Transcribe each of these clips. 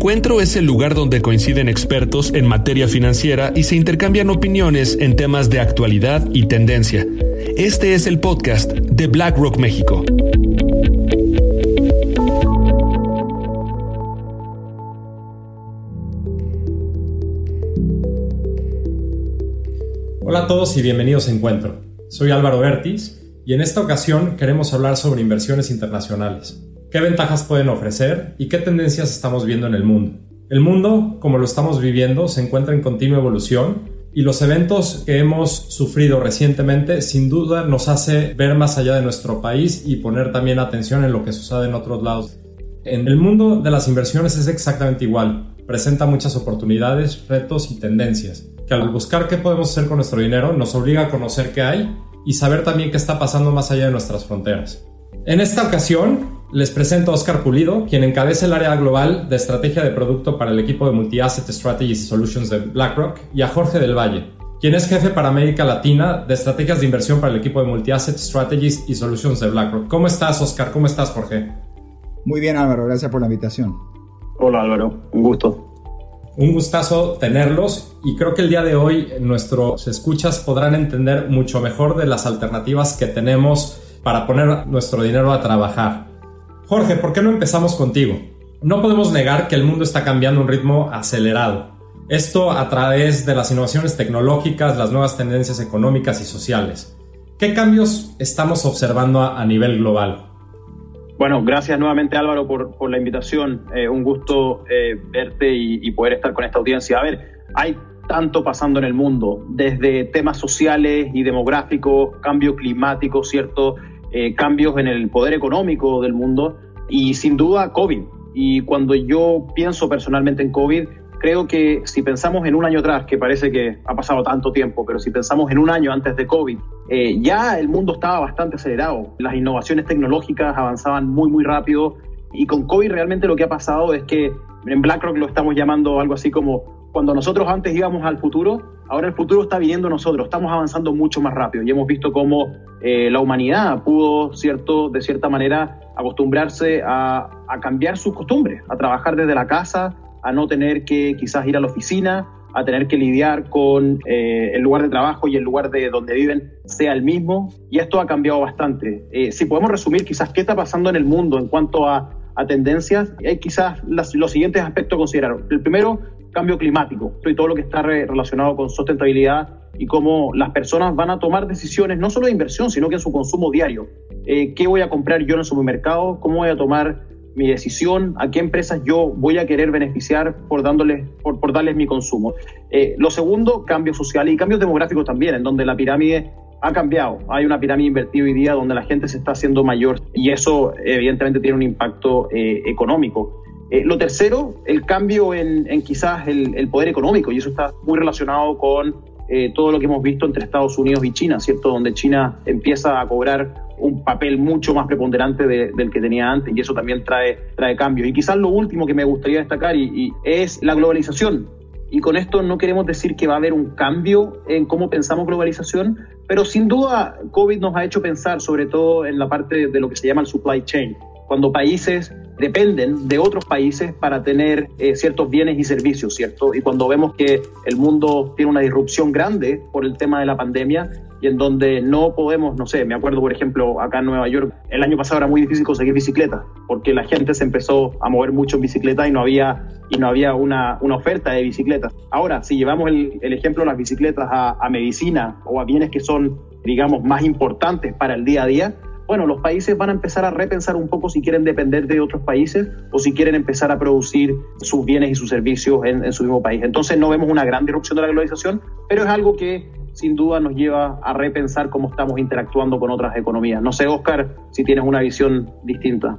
Encuentro es el lugar donde coinciden expertos en materia financiera y se intercambian opiniones en temas de actualidad y tendencia. Este es el podcast de BlackRock México. Hola a todos y bienvenidos a Encuentro. Soy Álvaro Bertis y en esta ocasión queremos hablar sobre inversiones internacionales. ¿Qué ventajas pueden ofrecer y qué tendencias estamos viendo en el mundo? El mundo, como lo estamos viviendo, se encuentra en continua evolución y los eventos que hemos sufrido recientemente sin duda nos hace ver más allá de nuestro país y poner también atención en lo que sucede en otros lados. En el mundo de las inversiones es exactamente igual. Presenta muchas oportunidades, retos y tendencias, que al buscar qué podemos hacer con nuestro dinero nos obliga a conocer qué hay y saber también qué está pasando más allá de nuestras fronteras. En esta ocasión les presento a Oscar Pulido, quien encabeza el área global de estrategia de producto para el equipo de Multi-Asset Strategies y Solutions de BlackRock, y a Jorge del Valle, quien es jefe para América Latina de estrategias de inversión para el equipo de Multi-Asset Strategies y Solutions de BlackRock. ¿Cómo estás, Oscar? ¿Cómo estás, Jorge? Muy bien, Álvaro. Gracias por la invitación. Hola, Álvaro. Un gusto. Un gustazo tenerlos y creo que el día de hoy nuestros escuchas podrán entender mucho mejor de las alternativas que tenemos para poner nuestro dinero a trabajar. Jorge, ¿por qué no empezamos contigo? No podemos negar que el mundo está cambiando a un ritmo acelerado. Esto a través de las innovaciones tecnológicas, las nuevas tendencias económicas y sociales. ¿Qué cambios estamos observando a nivel global? Bueno, gracias nuevamente, Álvaro, por la invitación. Un gusto verte y poder estar con esta audiencia. A ver, hay tanto pasando en el mundo, desde temas sociales y demográficos, cambio climático, ¿cierto? Cambios en el poder económico del mundo y sin duda COVID. Y cuando yo pienso personalmente en COVID, creo que si pensamos en un año atrás, que parece que ha pasado tanto tiempo, pero si pensamos en un año antes de COVID, ya el mundo estaba bastante acelerado. Las innovaciones tecnológicas avanzaban muy rápido y con COVID realmente lo que ha pasado es que en BlackRock lo estamos llamando algo así como cuando nosotros antes íbamos al futuro, ahora el futuro está viniendo nosotros, estamos avanzando mucho más rápido y hemos visto cómo la humanidad pudo, ¿cierto?, de cierta manera acostumbrarse a cambiar sus costumbres, a trabajar desde la casa, a no tener que quizás ir a la oficina, a tener que lidiar con el lugar de trabajo y el lugar de donde viven sea el mismo, y esto ha cambiado bastante. Si podemos resumir quizás qué está pasando en el mundo en cuanto a tendencias, hay quizás los siguientes aspectos a considerar. El primero, cambio climático y todo lo que está relacionado con sustentabilidad y cómo las personas van a tomar decisiones no solo de inversión, sino que en su consumo diario. ¿Qué voy a comprar yo en el supermercado? ¿Cómo voy a tomar mi decisión? ¿A qué empresas yo voy a querer beneficiar por darles mi consumo? Lo segundo, cambios sociales y cambios demográficos también, en donde la pirámide ha cambiado. Hay una pirámide invertida hoy día donde la gente se está haciendo mayor y eso evidentemente tiene un impacto económico. Lo tercero, el cambio en quizás el poder económico, y eso está muy relacionado con todo lo que hemos visto entre Estados Unidos y China, ¿cierto? Donde China empieza a cobrar un papel mucho más preponderante del que tenía antes, y eso también trae cambios. Y quizás lo último que me gustaría destacar y es la globalización. Y con esto no queremos decir que va a haber un cambio en cómo pensamos globalización, pero sin duda COVID nos ha hecho pensar sobre todo en la parte de lo que se llama el supply chain, cuando países dependen de otros países para tener ciertos bienes y servicios, ¿cierto? Y cuando vemos que el mundo tiene una disrupción grande por el tema de la pandemia y en donde no podemos, no sé, me acuerdo por ejemplo acá en Nueva York, el año pasado era muy difícil conseguir bicicletas porque la gente se empezó a mover mucho en bicicleta y no había una oferta de bicicletas. Ahora, si llevamos el ejemplo de las bicicletas a medicina o a bienes que son, digamos, más importantes para el día a día, bueno, los países van a empezar a repensar un poco si quieren depender de otros países o si quieren empezar a producir sus bienes y sus servicios en su mismo país. Entonces no vemos una gran disrupción de la globalización, pero es algo que sin duda nos lleva a repensar cómo estamos interactuando con otras economías. No sé, Oscar, si tienes una visión distinta.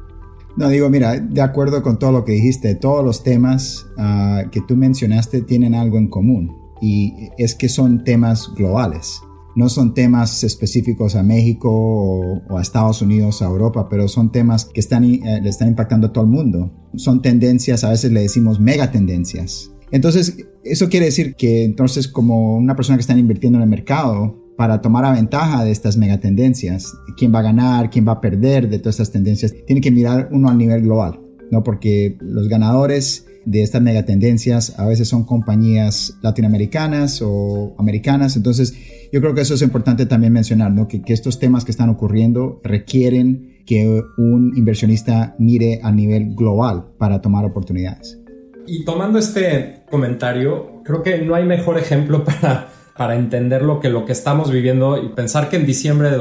No, digo, mira, de acuerdo con todo lo que dijiste, todos los temas que tú mencionaste tienen algo en común y es que son temas globales. No son temas específicos a México o a Estados Unidos, a Europa, pero son temas que le están impactando a todo el mundo. Son tendencias, a veces le decimos megatendencias. Entonces, eso quiere decir que entonces como una persona que está invirtiendo en el mercado, para tomar ventaja de estas megatendencias, quién va a ganar, quién va a perder de todas estas tendencias, tiene que mirar uno a nivel global, ¿no? Porque los ganadores de estas megatendencias a veces son compañías latinoamericanas o americanas. Entonces, yo creo que eso es importante también mencionar, ¿no? Que estos temas que están ocurriendo requieren que un inversionista mire a nivel global para tomar oportunidades. Y tomando este comentario, creo que no hay mejor ejemplo para entenderlo que lo que estamos viviendo y pensar que en diciembre de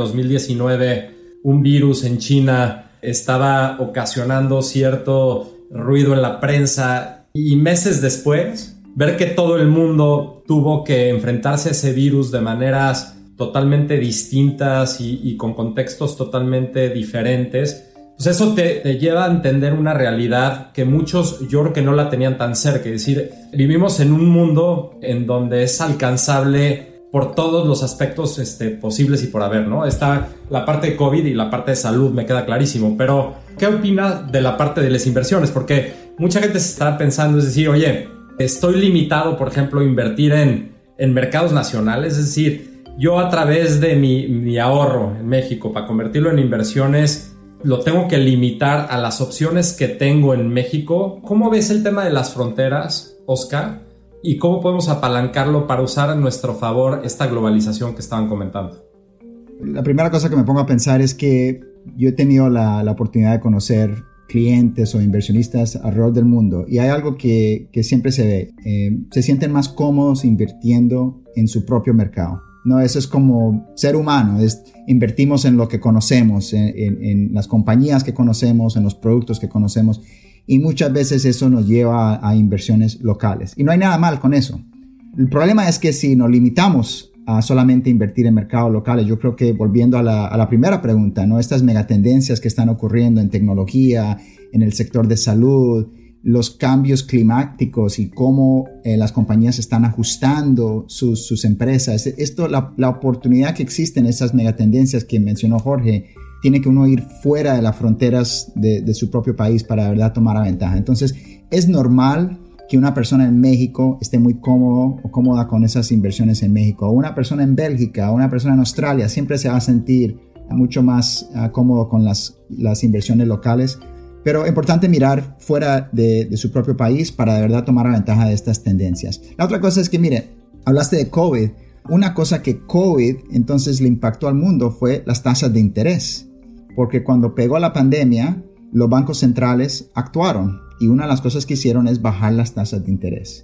2019 un virus en China estaba ocasionando cierto ruido en la prensa y meses después ver que todo el mundo tuvo que enfrentarse a ese virus de maneras totalmente distintas y con contextos totalmente diferentes, pues eso te lleva a entender una realidad que muchos yo creo que no la tenían tan cerca. Es decir, vivimos en un mundo en donde es alcanzable por todos los aspectos posibles y por haber, ¿no? Está la parte de COVID y la parte de salud, me queda clarísimo, pero ¿qué opina de la parte de las inversiones? Porque mucha gente se está pensando, es decir, oye, estoy limitado, por ejemplo, a invertir en mercados nacionales, es decir, yo a través de mi ahorro en México para convertirlo en inversiones, lo tengo que limitar a las opciones que tengo en México. ¿Cómo ves el tema de las fronteras, Oscar? ¿Y cómo podemos apalancarlo para usar a nuestro favor esta globalización que estaban comentando? La primera cosa que me pongo a pensar es que yo he tenido la oportunidad de conocer clientes o inversionistas alrededor del mundo y hay algo que siempre se ve. Se sienten más cómodos invirtiendo en su propio mercado. No, eso es como ser humano, invertimos en lo que conocemos, en las compañías que conocemos, en los productos que conocemos. Y muchas veces eso nos lleva a inversiones locales. Y no hay nada mal con eso. El problema es que si nos limitamos a solamente invertir en mercados locales, yo creo que volviendo a la primera pregunta, ¿no? Estas megatendencias que están ocurriendo en tecnología, en el sector de salud, los cambios climáticos y cómo las compañías están ajustando sus empresas. La oportunidad que existe en esas megatendencias que mencionó Jorge, tiene que uno ir fuera de las fronteras de su propio país para de verdad tomar la ventaja. Entonces, es normal que una persona en México esté muy cómodo o cómoda con esas inversiones en México. O una persona en Bélgica o una persona en Australia siempre se va a sentir mucho más cómodo con las inversiones locales. Pero es importante mirar fuera de su propio país para de verdad tomar la ventaja de estas tendencias. La otra cosa es que, mire, hablaste de COVID. Una cosa que COVID entonces le impactó al mundo fue las tasas de interés. Porque cuando pegó la pandemia, los bancos centrales actuaron y una de las cosas que hicieron es bajar las tasas de interés.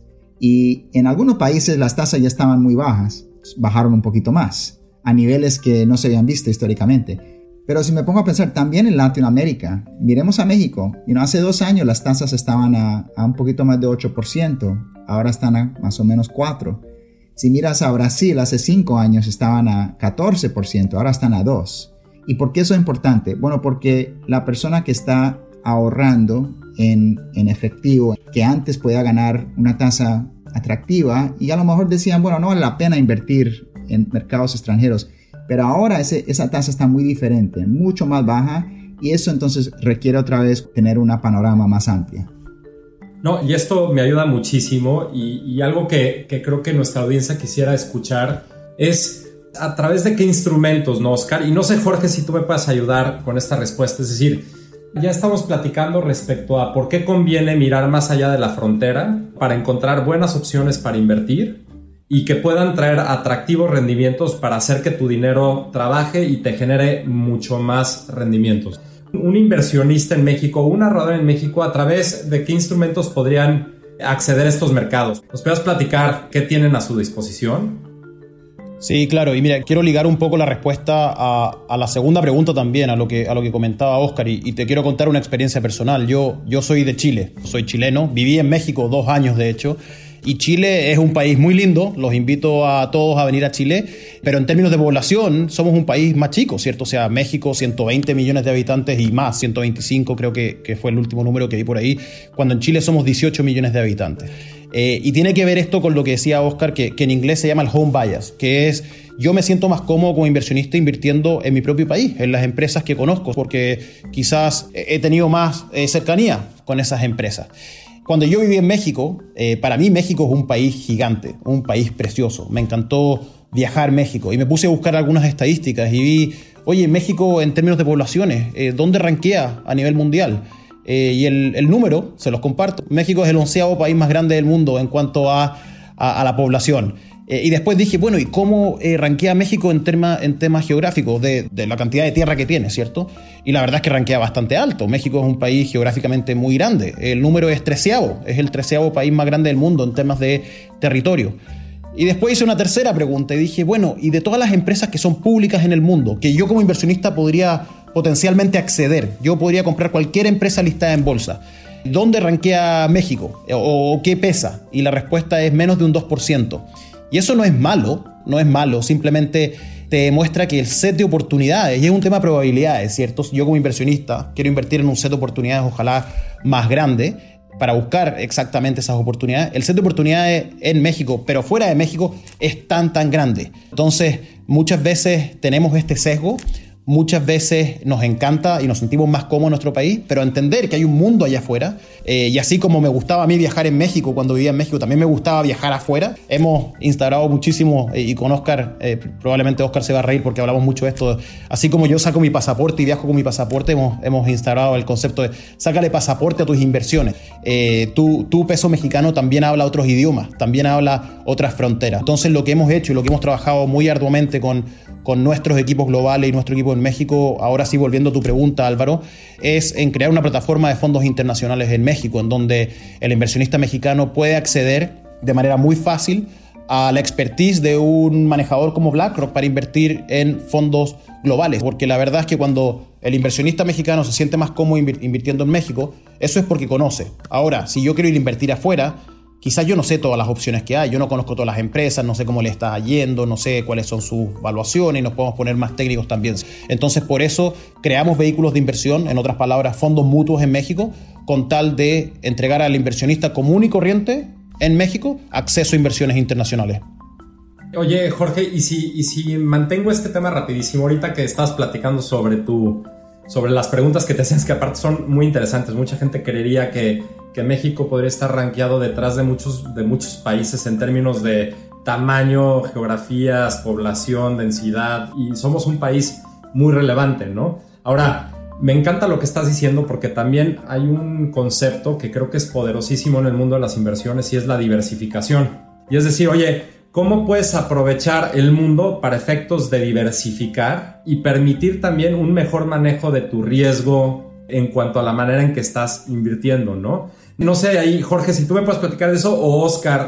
Y en algunos países las tasas ya estaban muy bajas, bajaron un poquito más, a niveles que no se habían visto históricamente. Pero si me pongo a pensar también en Latinoamérica, miremos a México, hace 2 años las tasas estaban a un poquito más de 8%, ahora están a más o menos 4%. Si miras a Brasil, hace 5 años estaban a 14%, ahora están a 2%. ¿Y por qué eso es importante? Bueno, porque la persona que está ahorrando en efectivo, que antes podía ganar una tasa atractiva y a lo mejor decían, bueno, no vale la pena invertir en mercados extranjeros, pero ahora esa tasa está muy diferente, mucho más baja y eso entonces requiere otra vez tener una panorama más amplia. No, y esto me ayuda muchísimo y algo que creo que nuestra audiencia quisiera escuchar es a través de qué instrumentos, ¿no, Oscar? Y no sé, Jorge, si tú me puedes ayudar con esta respuesta. Es decir, ya estamos platicando respecto a por qué conviene mirar más allá de la frontera para encontrar buenas opciones para invertir y que puedan traer atractivos rendimientos para hacer que tu dinero trabaje y te genere mucho más rendimientos. Un inversionista en México, un ahorrador en México, ¿a través de qué instrumentos podrían acceder a estos mercados? ¿Nos puedes platicar qué tienen a su disposición? Sí, claro, y mira, quiero ligar un poco la respuesta a la segunda pregunta también, a lo que comentaba Oscar, y te quiero contar una experiencia personal. Yo soy de Chile, soy chileno, viví en México 2 años de hecho, y Chile es un país muy lindo, los invito a todos a venir a Chile, pero en términos de población somos un país más chico, ¿cierto? O sea, México 120 millones de habitantes y más, 125 creo que fue el último número que vi por ahí, cuando en Chile somos 18 millones de habitantes. Y tiene que ver esto con lo que decía Oscar, que en inglés se llama el home bias, que es yo me siento más cómodo como inversionista invirtiendo en mi propio país, en las empresas que conozco, porque quizás he tenido más cercanía con esas empresas. Cuando yo viví en México, para mí México es un país gigante, un país precioso. Me encantó viajar a México y me puse a buscar algunas estadísticas y vi, oye, México en términos de poblaciones, ¿dónde rankea a nivel mundial? y el número, se los comparto. México es el 11º país más grande del mundo en cuanto a la población. Y después dije, bueno, ¿y cómo ranquea México en temas geográficos de la cantidad de tierra que tiene, ¿cierto? Y la verdad es que ranquea bastante alto. México es un país geográficamente muy grande. El número es 13º, es el 13º país más grande del mundo en temas de territorio. Y después hice una tercera pregunta y dije, bueno, y de todas las empresas que son públicas en el mundo, que yo como inversionista podría potencialmente acceder, yo podría comprar cualquier empresa listada en bolsa, ¿dónde ranquea México? ¿O qué pesa? Y la respuesta es menos de un 2%. Y eso no es malo, simplemente te demuestra que el set de oportunidades, y es un tema de probabilidades, ¿cierto? Yo como inversionista quiero invertir en un set de oportunidades ojalá más grande para buscar exactamente esas oportunidades. El set de oportunidades en México, pero fuera de México, es tan grande. Entonces, muchas veces tenemos este sesgo. Muchas veces nos encanta y nos sentimos más cómodos en nuestro país, pero entender que hay un mundo allá afuera, y así como me gustaba a mí viajar en México cuando vivía en México, también me gustaba viajar afuera. Hemos instaurado muchísimo, y con Oscar, probablemente Oscar se va a reír porque hablamos mucho de esto, así como yo saco mi pasaporte y viajo con mi pasaporte, hemos instaurado el concepto de sácale pasaporte a tus inversiones. Tu peso mexicano también habla otros idiomas, también habla otras fronteras. Entonces lo que hemos hecho y lo que hemos trabajado muy arduamente con nuestros equipos globales y nuestro equipo en México, ahora sí volviendo a tu pregunta, Álvaro, es en crear una plataforma de fondos internacionales en México, en donde el inversionista mexicano puede acceder de manera muy fácil a la expertise de un manejador como BlackRock para invertir en fondos globales, porque la verdad es que cuando el inversionista mexicano se siente más cómodo invirtiendo en México, eso es porque conoce. Ahora, si yo quiero ir a invertir afuera, quizás yo no sé todas las opciones que hay, yo no conozco todas las empresas, no sé cómo le está yendo, no sé cuáles son sus valuaciones y nos podemos poner más técnicos también. Entonces, por eso creamos vehículos de inversión, en otras palabras, fondos mutuos en México, con tal de entregar al inversionista común y corriente en México acceso a inversiones internacionales. Oye, Jorge, y si mantengo este tema rapidísimo, ahorita que estás platicando sobre las preguntas que te hacías, que aparte son muy interesantes. Mucha gente creería que México podría estar rankeado detrás de muchos países en términos de tamaño, geografías, población, densidad, y somos un país muy relevante, ¿no? Ahora, me encanta lo que estás diciendo porque también hay un concepto que creo que es poderosísimo en el mundo de las inversiones y es la diversificación. Y es decir, oye, ¿cómo puedes aprovechar el mundo para efectos de diversificar y permitir también un mejor manejo de tu riesgo en cuanto a la manera en que estás invirtiendo, ¿no? No sé, ahí, Jorge, si tú me puedes platicar de eso, o Oscar,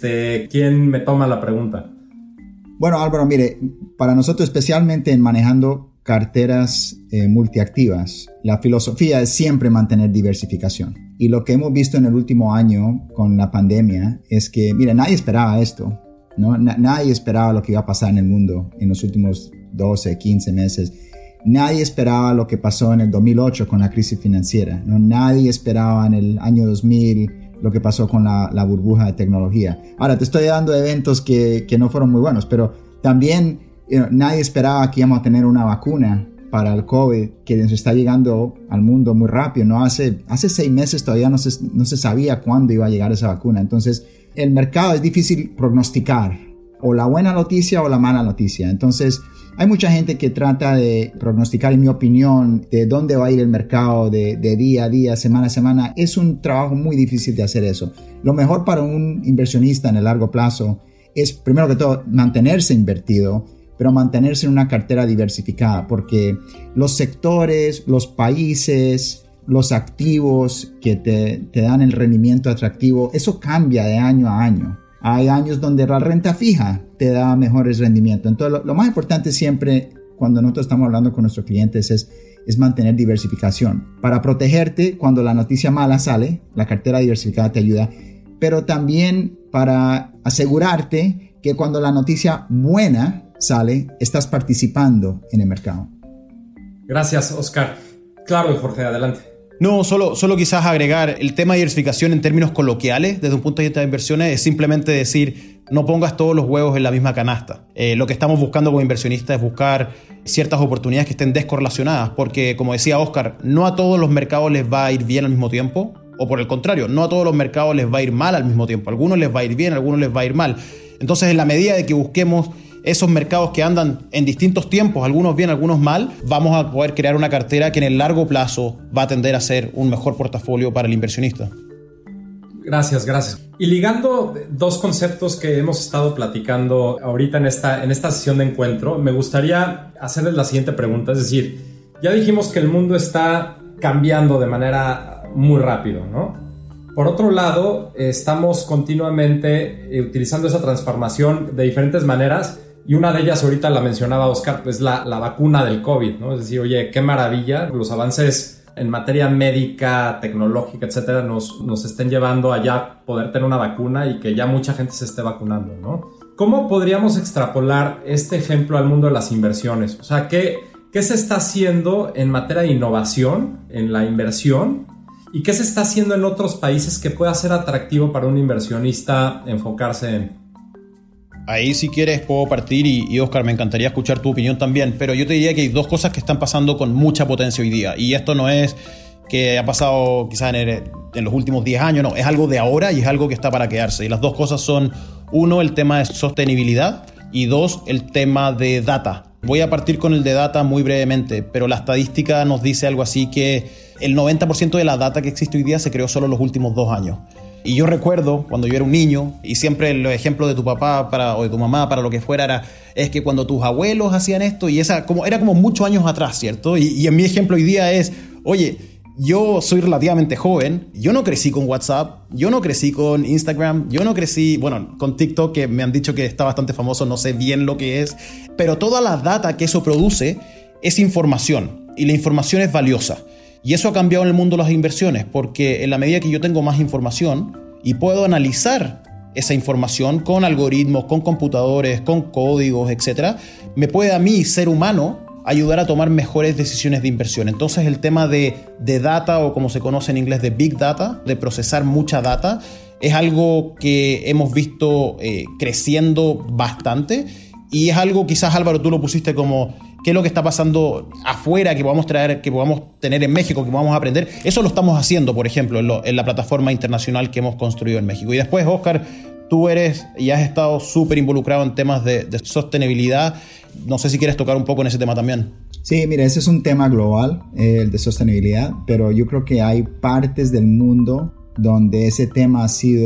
¿quién me toma la pregunta? Bueno, Álvaro, mire, para nosotros, especialmente en manejando carteras multiactivas, la filosofía es siempre mantener diversificación. Y lo que hemos visto en el último año con la pandemia es que, mira, nadie esperaba esto, ¿no? Nadie esperaba lo que iba a pasar en el mundo en los últimos 12, 15 meses. Nadie esperaba lo que pasó en el 2008 con la crisis financiera, ¿no? Nadie esperaba en el año 2000 lo que pasó con la burbuja de tecnología. Ahora, te estoy dando eventos que no fueron muy buenos, pero también nadie esperaba que íbamos a tener una vacuna para el COVID que nos está llegando al mundo muy rápido, ¿no? Hace 6 meses todavía no se sabía cuándo iba a llegar esa vacuna. Entonces, el mercado es difícil prognosticar o la buena noticia o la mala noticia. Entonces, hay mucha gente que trata de prognosticar, en mi opinión, de dónde va a ir el mercado de día a día, semana a semana. Es un trabajo muy difícil de hacer eso. Lo mejor para un inversionista en el largo plazo es, primero que todo, mantenerse invertido, pero mantenerse en una cartera diversificada, porque los sectores, los países, los activos que te dan el rendimiento atractivo, eso cambia de año a año. Hay años donde la renta fija te da mejores rendimientos. Entonces, lo más importante siempre cuando nosotros estamos hablando con nuestros clientes es mantener diversificación. Para protegerte cuando la noticia mala sale, la cartera diversificada te ayuda, pero también para asegurarte que cuando la noticia buena sale, estás participando en el mercado. Gracias, Oscar. Claro, Jorge, adelante. No, solo quizás agregar el tema de diversificación en términos coloquiales desde un punto de vista de inversiones es simplemente decir no pongas todos los huevos en la misma canasta. Lo que estamos buscando como inversionistas es buscar ciertas oportunidades que estén descorrelacionadas porque, como decía Oscar, no a todos los mercados les va a ir bien al mismo tiempo o por el contrario, no a todos los mercados les va a ir mal al mismo tiempo. A algunos les va a ir bien, a algunos les va a ir mal. Entonces, en la medida de que busquemos esos mercados que andan en distintos tiempos, algunos bien, algunos mal, vamos a poder crear una cartera que en el largo plazo va a tender a ser un mejor portafolio para el inversionista. Gracias. Y ligando dos conceptos que hemos estado platicando ahorita en esta sesión de encuentro, me gustaría hacerles la siguiente pregunta. Es decir, ya dijimos que el mundo está cambiando de manera muy rápido, ¿no? Por otro lado, estamos continuamente utilizando esa transformación de diferentes maneras, y una de ellas ahorita la mencionaba Oscar, pues la vacuna del COVID, ¿no? Es decir, oye, qué maravilla, los avances en materia médica, tecnológica, etcétera, nos estén llevando a ya poder tener una vacuna y que ya mucha gente se esté vacunando, ¿no? ¿Cómo podríamos extrapolar este ejemplo al mundo de las inversiones? O sea, ¿qué se está haciendo en materia de innovación, en la inversión? ¿Y qué se está haciendo en otros países que pueda ser atractivo para un inversionista enfocarse en? Ahí si quieres puedo partir y Oscar, me encantaría escuchar tu opinión también, pero yo te diría que hay dos cosas que están pasando con mucha potencia hoy día, y esto no es que ha pasado quizás en los últimos 10 años, no, es algo de ahora y es algo que está para quedarse, y las dos cosas son, uno, el tema de sostenibilidad, y dos, el tema de data. Voy a partir con el de data muy brevemente, pero la estadística nos dice algo así que el 90% de la data que existe hoy día se creó solo en los últimos 2 años. Y yo recuerdo cuando yo era un niño, y siempre los ejemplos de tu papá o de tu mamá para lo que fuera es que cuando tus abuelos hacían esto, y era como muchos años atrás, ¿cierto? Y en mi ejemplo hoy día es, oye, yo soy relativamente joven, yo no crecí con WhatsApp, yo no crecí con Instagram, yo no crecí, bueno, con TikTok, que me han dicho que está bastante famoso, no sé bien lo que es, pero toda la data que eso produce es información, y la información es valiosa. Y eso ha cambiado en el mundo de las inversiones, porque en la medida que yo tengo más información y puedo analizar esa información con algoritmos, con computadores, con códigos, etc., me puede a mí, ser humano, ayudar a tomar mejores decisiones de inversión. Entonces el tema de data, o como se conoce en inglés de big data, de procesar mucha data, es algo que hemos visto creciendo bastante, y es algo, quizás Álvaro, tú lo pusiste como qué es lo que está pasando afuera, que podamos traer, que podamos tener en México, que podamos aprender. Eso lo estamos haciendo, por ejemplo, en la plataforma internacional que hemos construido en México. Y después, Oscar, tú eres y has estado súper involucrado en temas de sostenibilidad. No sé si quieres tocar un poco en ese tema también. Sí, mira, ese es un tema global, el de sostenibilidad, pero yo creo que hay partes del mundo donde ese tema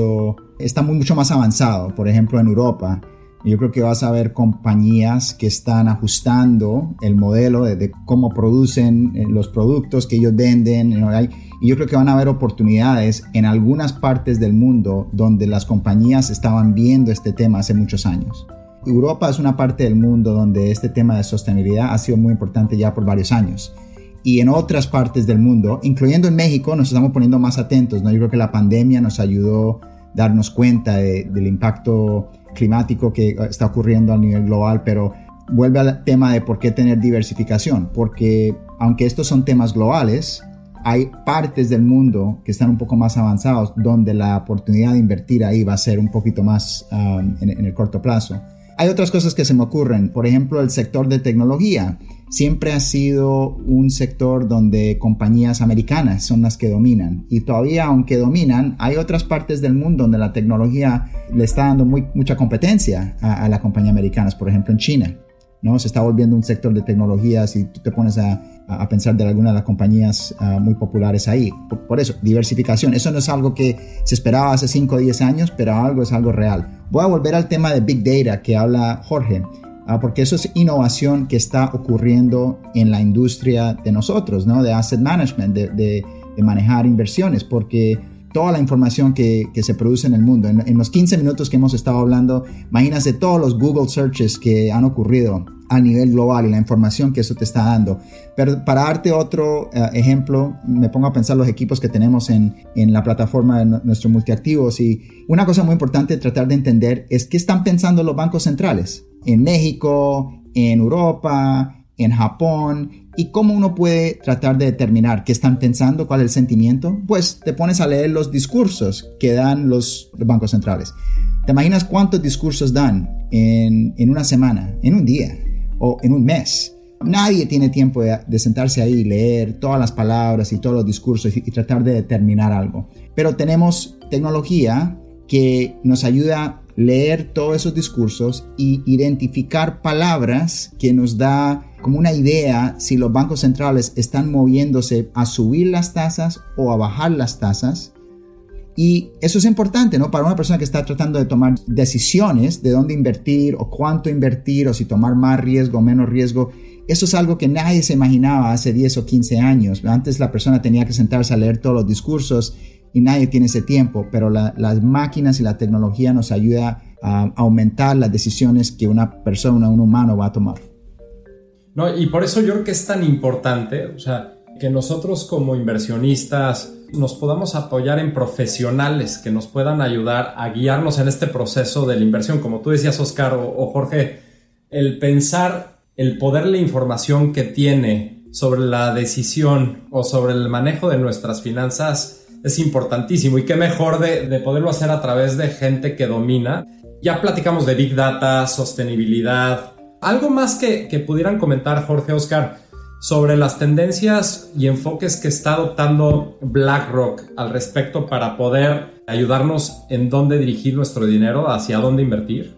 está mucho más avanzado. Por ejemplo, en Europa, yo creo que vas a ver compañías que están ajustando el modelo de cómo producen los productos que ellos venden, y yo creo que van a haber oportunidades en algunas partes del mundo donde las compañías estaban viendo este tema hace muchos años. Europa es una parte del mundo donde este tema de sostenibilidad ha sido muy importante ya por varios años. Y en otras partes del mundo, incluyendo en México, nos estamos poniendo más atentos, ¿no? Yo creo que la pandemia nos ayudó a darnos cuenta del impacto climático que está ocurriendo a nivel global, pero vuelve al tema de por qué tener diversificación, porque aunque estos son temas globales, hay partes del mundo que están un poco más avanzados donde la oportunidad de invertir ahí va a ser un poquito más en el corto plazo. Hay otras cosas que se me ocurren, por ejemplo, el sector de tecnología siempre ha sido un sector donde compañías americanas son las que dominan, y todavía, aunque dominan, hay otras partes del mundo donde la tecnología le está dando mucha competencia a las compañías americanas, por ejemplo en China, ¿no? Se está volviendo un sector de tecnología si tú te pones a pensar de alguna de las compañías muy populares ahí. Por eso, diversificación. Eso no es algo que se esperaba hace 5 o 10 años, pero es algo real. Voy a volver al tema de Big Data que habla Jorge, porque eso es innovación que está ocurriendo en la industria de nosotros, ¿no? De asset management, de manejar inversiones, porque toda la información que se produce en el mundo, en los 15 minutos que hemos estado hablando, imagínate todos los Google searches que han ocurrido a nivel global y la información que eso te está dando. Pero para darte otro ejemplo, me pongo a pensar los equipos que tenemos en la plataforma de nuestros multiactivos, y una cosa muy importante tratar de entender es qué están pensando los bancos centrales en México, en Europa, en Japón, y cómo uno puede tratar de determinar qué están pensando, cuál es el sentimiento. Pues te pones a leer los discursos que dan los bancos centrales. ¿Te imaginas cuántos discursos dan en una semana, en un día o en un mes? Nadie tiene tiempo de sentarse ahí y leer todas las palabras y todos los discursos y tratar de determinar algo. Pero tenemos tecnología que nos ayuda leer todos esos discursos y identificar palabras que nos da como una idea si los bancos centrales están moviéndose a subir las tasas o a bajar las tasas. Y eso es importante, ¿no? Para una persona que está tratando de tomar decisiones de dónde invertir o cuánto invertir o si tomar más riesgo o menos riesgo. Eso es algo que nadie se imaginaba hace 10 o 15 años. Antes la persona tenía que sentarse a leer todos los discursos y nadie tiene ese tiempo, pero las máquinas y la tecnología nos ayuda a aumentar las decisiones que una persona, un humano va a tomar. No, y por eso yo creo que es tan importante, o sea, que nosotros como inversionistas nos podamos apoyar en profesionales que nos puedan ayudar a guiarnos en este proceso de la inversión. Como tú decías, Oscar o Jorge, el pensar, el poder, la información que tiene sobre la decisión o sobre el manejo de nuestras finanzas es importantísimo, y qué mejor de poderlo hacer a través de gente que domina. Ya platicamos de Big Data, sostenibilidad. Algo más que pudieran comentar, Jorge, Oscar, sobre las tendencias y enfoques que está adoptando BlackRock al respecto para poder ayudarnos en dónde dirigir nuestro dinero, hacia dónde invertir.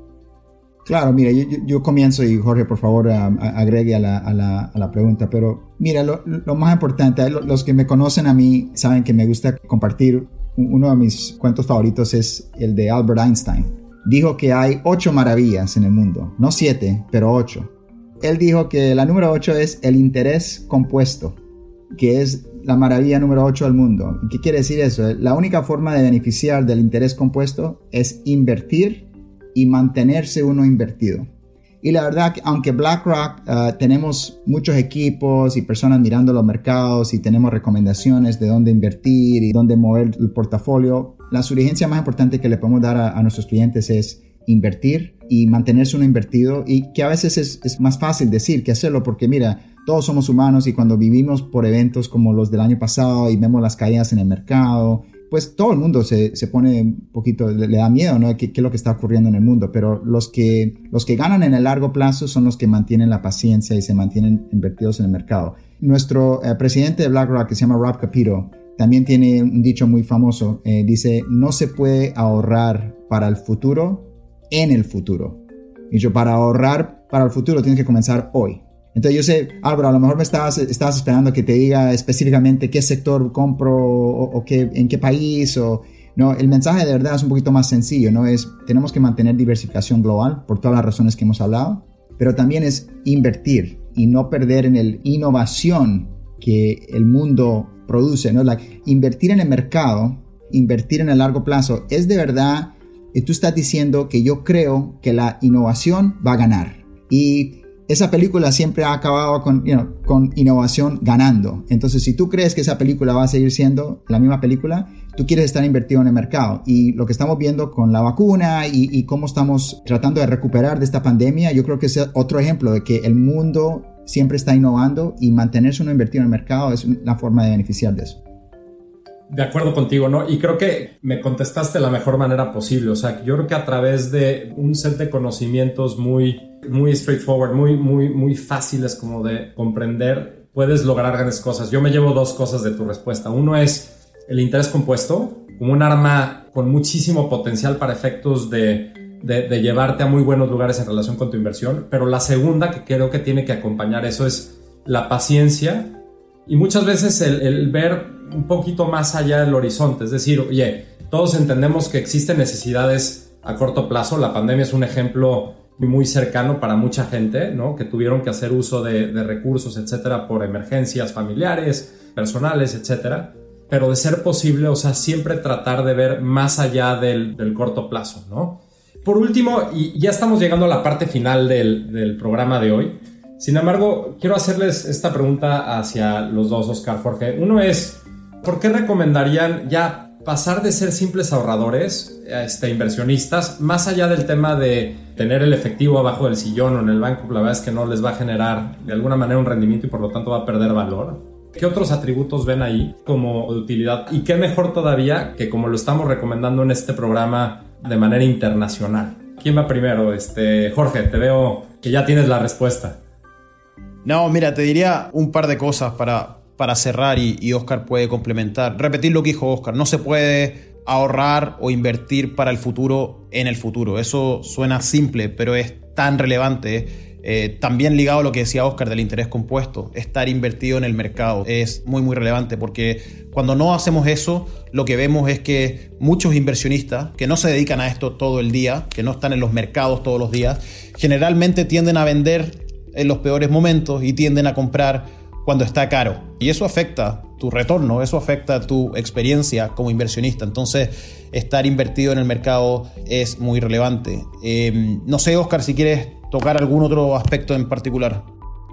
Claro, mira, yo comienzo y Jorge, por favor, agregue a la pregunta. Pero mira, lo más importante, los que me conocen a mí saben que me gusta compartir. Uno de mis cuentos favoritos es el de Albert Einstein. Dijo que hay 8 maravillas en el mundo, no 7, pero 8. Él dijo que la número 8 es el interés compuesto, que es la maravilla número 8 del mundo. ¿Qué quiere decir eso? La única forma de beneficiar del interés compuesto es invertir y mantenerse uno invertido. Y la verdad, aunque BlackRock tenemos muchos equipos y personas mirando los mercados y tenemos recomendaciones de dónde invertir y dónde mover el portafolio, la sugerencia más importante que le podemos dar a nuestros clientes es invertir y mantenerse uno invertido, y que a veces es más fácil decir que hacerlo, porque mira, todos somos humanos y cuando vivimos por eventos como los del año pasado y vemos las caídas en el mercado, pues todo el mundo se pone un poquito, le da miedo, ¿no? ¿Qué es lo que está ocurriendo en el mundo? Pero los que ganan en el largo plazo son los que mantienen la paciencia y se mantienen invertidos en el mercado. Nuestro presidente de BlackRock, que se llama Rob Kapito, también tiene un dicho muy famoso. Dice, no se puede ahorrar para el futuro en el futuro. Y yo, para ahorrar para el futuro tienes que comenzar hoy. Entonces yo sé, Álvaro, a lo mejor me estabas esperando que te diga específicamente qué sector compro o en qué país. No, el mensaje de verdad es un poquito más sencillo, ¿no? Tenemos que mantener diversificación global por todas las razones que hemos hablado, pero también es invertir y no perder en la innovación que el mundo produce, ¿no? Invertir en el mercado, invertir en el largo plazo, es de verdad, tú estás diciendo que yo creo que la innovación va a ganar. Y esa película siempre ha acabado con innovación ganando. Entonces, si tú crees que esa película va a seguir siendo la misma película, tú quieres estar invertido en el mercado. Y lo que estamos viendo con la vacuna y cómo estamos tratando de recuperar de esta pandemia, yo creo que es otro ejemplo de que el mundo siempre está innovando, y mantenerse uno invertido en el mercado es la forma de beneficiar de eso. De acuerdo contigo, ¿no? Y creo que me contestaste de la mejor manera posible. O sea, yo creo que a través de un set de conocimientos muy straightforward, muy fáciles como de comprender, puedes lograr grandes cosas. Yo me llevo 2 cosas de tu respuesta. Uno es el interés compuesto, como un arma con muchísimo potencial para efectos de llevarte a muy buenos lugares en relación con tu inversión. Pero la segunda, que creo que tiene que acompañar eso, es la paciencia y muchas veces el ver un poquito más allá del horizonte. Es decir, oye, todos entendemos que existen necesidades a corto plazo. La pandemia es un ejemplo muy cercano para mucha gente, ¿no? Que tuvieron que hacer uso de recursos, etcétera, por emergencias familiares, personales, etcétera. Pero de ser posible, o sea, siempre tratar de ver más allá del corto plazo, ¿no? Por último, y ya estamos llegando a la parte final del programa de hoy. Sin embargo, quiero hacerles esta pregunta hacia los dos, Oscar, Jorge. Uno es, ¿por qué recomendarían ya pasar de ser simples ahorradores a inversionistas, más allá del tema de tener el efectivo abajo del sillón o en el banco? La verdad es que no les va a generar de alguna manera un rendimiento y por lo tanto va a perder valor. ¿Qué otros atributos ven ahí como de utilidad? Y qué mejor todavía que como lo estamos recomendando en este programa de manera internacional. ¿Quién va primero? Jorge, te veo que ya tienes la respuesta. No, mira, te diría un par de cosas para cerrar y Oscar puede complementar. Repetir lo que dijo Oscar. No se puede ahorrar o invertir para el futuro en el futuro. Eso suena simple, pero es tan relevante. También ligado a lo que decía Oscar del interés compuesto, estar invertido en el mercado es muy muy relevante, porque cuando no hacemos eso, lo que vemos es que muchos inversionistas que no se dedican a esto todo el día, que no están en los mercados todos los días, generalmente tienden a vender en los peores momentos y tienden a comprar cuando está caro, y eso afecta tu retorno, eso afecta tu experiencia como inversionista. Entonces, estar invertido en el mercado es muy relevante. No sé, Oscar, si quieres tocar algún otro aspecto en particular.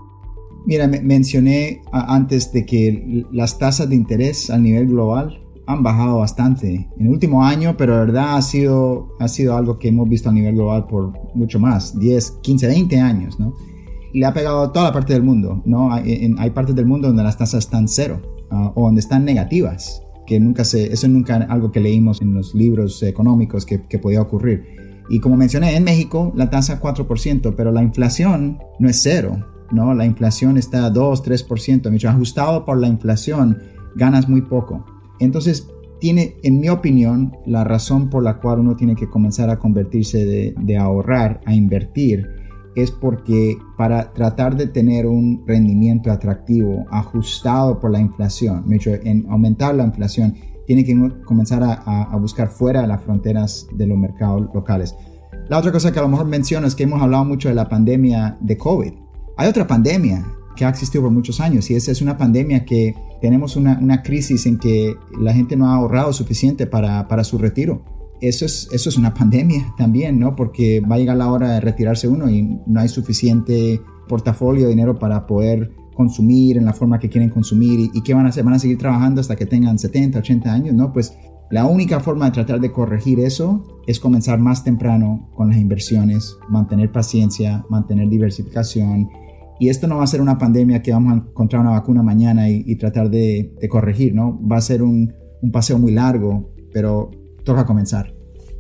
Mira, mencioné antes de que las tasas de interés a nivel global han bajado bastante en el último año, pero de verdad ha sido algo que hemos visto a nivel global por mucho más, 10, 15, 20 años, ¿no? Y le ha pegado a toda la parte del mundo, ¿no? Hay partes del mundo donde las tasas están cero o donde están negativas, que eso nunca algo que leímos en los libros económicos que podía ocurrir. Y como mencioné, en México la tasa 4%, pero la inflación no es cero, ¿no? La inflación está a 2, 3%. Ajustado por la inflación, ganas muy poco. Entonces, en mi opinión, la razón por la cual uno tiene que comenzar a convertirse de ahorrar a invertir es porque para tratar de tener un rendimiento atractivo ajustado por la inflación, en aumentar la inflación, tiene que comenzar a buscar fuera de las fronteras de los mercados locales. La otra cosa que a lo mejor menciono es que hemos hablado mucho de la pandemia de COVID. Hay otra pandemia que ha existido por muchos años, y esa es una pandemia que tenemos una crisis en que la gente no ha ahorrado suficiente para su retiro. Eso es una pandemia también, ¿no? Porque va a llegar la hora de retirarse uno y no hay suficiente portafolio de dinero para poder consumir en la forma que quieren consumir. ¿Y qué van a hacer? ¿Van a seguir trabajando hasta que tengan 70, 80 años? No, pues la única forma de tratar de corregir eso es comenzar más temprano con las inversiones, mantener paciencia, mantener diversificación. Y esto no va a ser una pandemia que vamos a encontrar una vacuna mañana y tratar de corregir, ¿no? Va a ser un paseo muy largo, pero toca comenzar.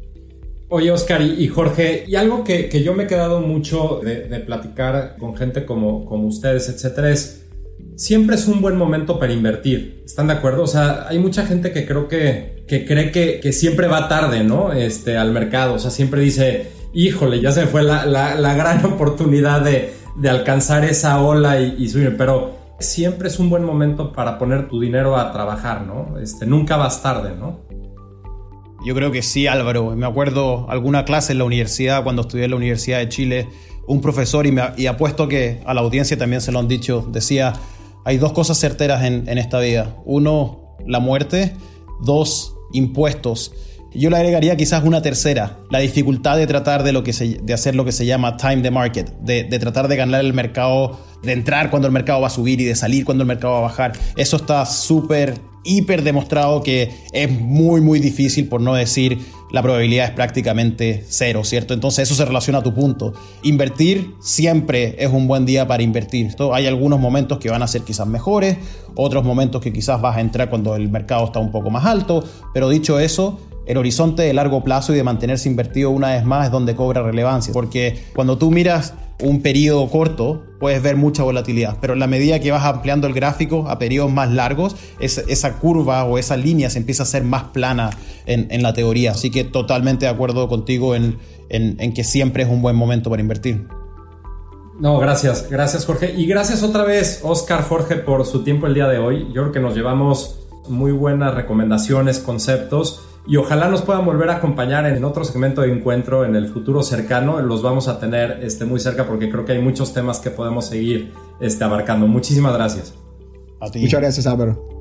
Oye, Oscar y Jorge, y algo que yo me he quedado mucho de platicar con gente como ustedes, etcétera, es siempre es un buen momento para invertir. ¿Están de acuerdo? O sea, hay mucha gente que creo que cree que siempre va tarde, ¿no? Al mercado. O sea, siempre dice, híjole, ya se me fue la gran oportunidad de alcanzar esa ola y subir. Pero siempre es un buen momento para poner tu dinero a trabajar, ¿no? Nunca vas tarde, ¿no? Yo creo que sí, Álvaro. Me acuerdo alguna clase en la universidad, cuando estudié en la Universidad de Chile, un profesor, y apuesto que a la audiencia también se lo han dicho, decía, hay dos cosas certeras en esta vida. Uno, la muerte. Dos, impuestos. Yo le agregaría quizás una tercera, la dificultad de tratar de hacer lo que se llama time the market, de tratar de ganar el mercado, de entrar cuando el mercado va a subir y de salir cuando el mercado va a bajar. Eso está hiper demostrado que es muy muy difícil, por no decir la probabilidad es prácticamente cero, ¿cierto? Entonces eso se relaciona a tu punto. Invertir siempre es un buen día para invertir. Hay algunos momentos que van a ser quizás mejores, otros momentos que quizás vas a entrar cuando el mercado está un poco más alto, pero dicho eso, el horizonte de largo plazo y de mantenerse invertido una vez más es donde cobra relevancia, porque cuando tú miras un periodo corto puedes ver mucha volatilidad, pero en la medida que vas ampliando el gráfico a periodos más largos, esa curva o esa línea se empieza a hacer más plana en la teoría. Así que totalmente de acuerdo contigo en que siempre es un buen momento para invertir. No, gracias Jorge, y gracias otra vez Oscar, Jorge, por su tiempo el día de hoy. Yo creo que nos llevamos muy buenas recomendaciones, conceptos, y ojalá nos puedan volver a acompañar en otro segmento de encuentro en el futuro cercano. Los vamos a tener muy cerca, porque creo que hay muchos temas que podemos seguir abarcando. Muchísimas gracias. A ti. Muchas gracias, Álvaro.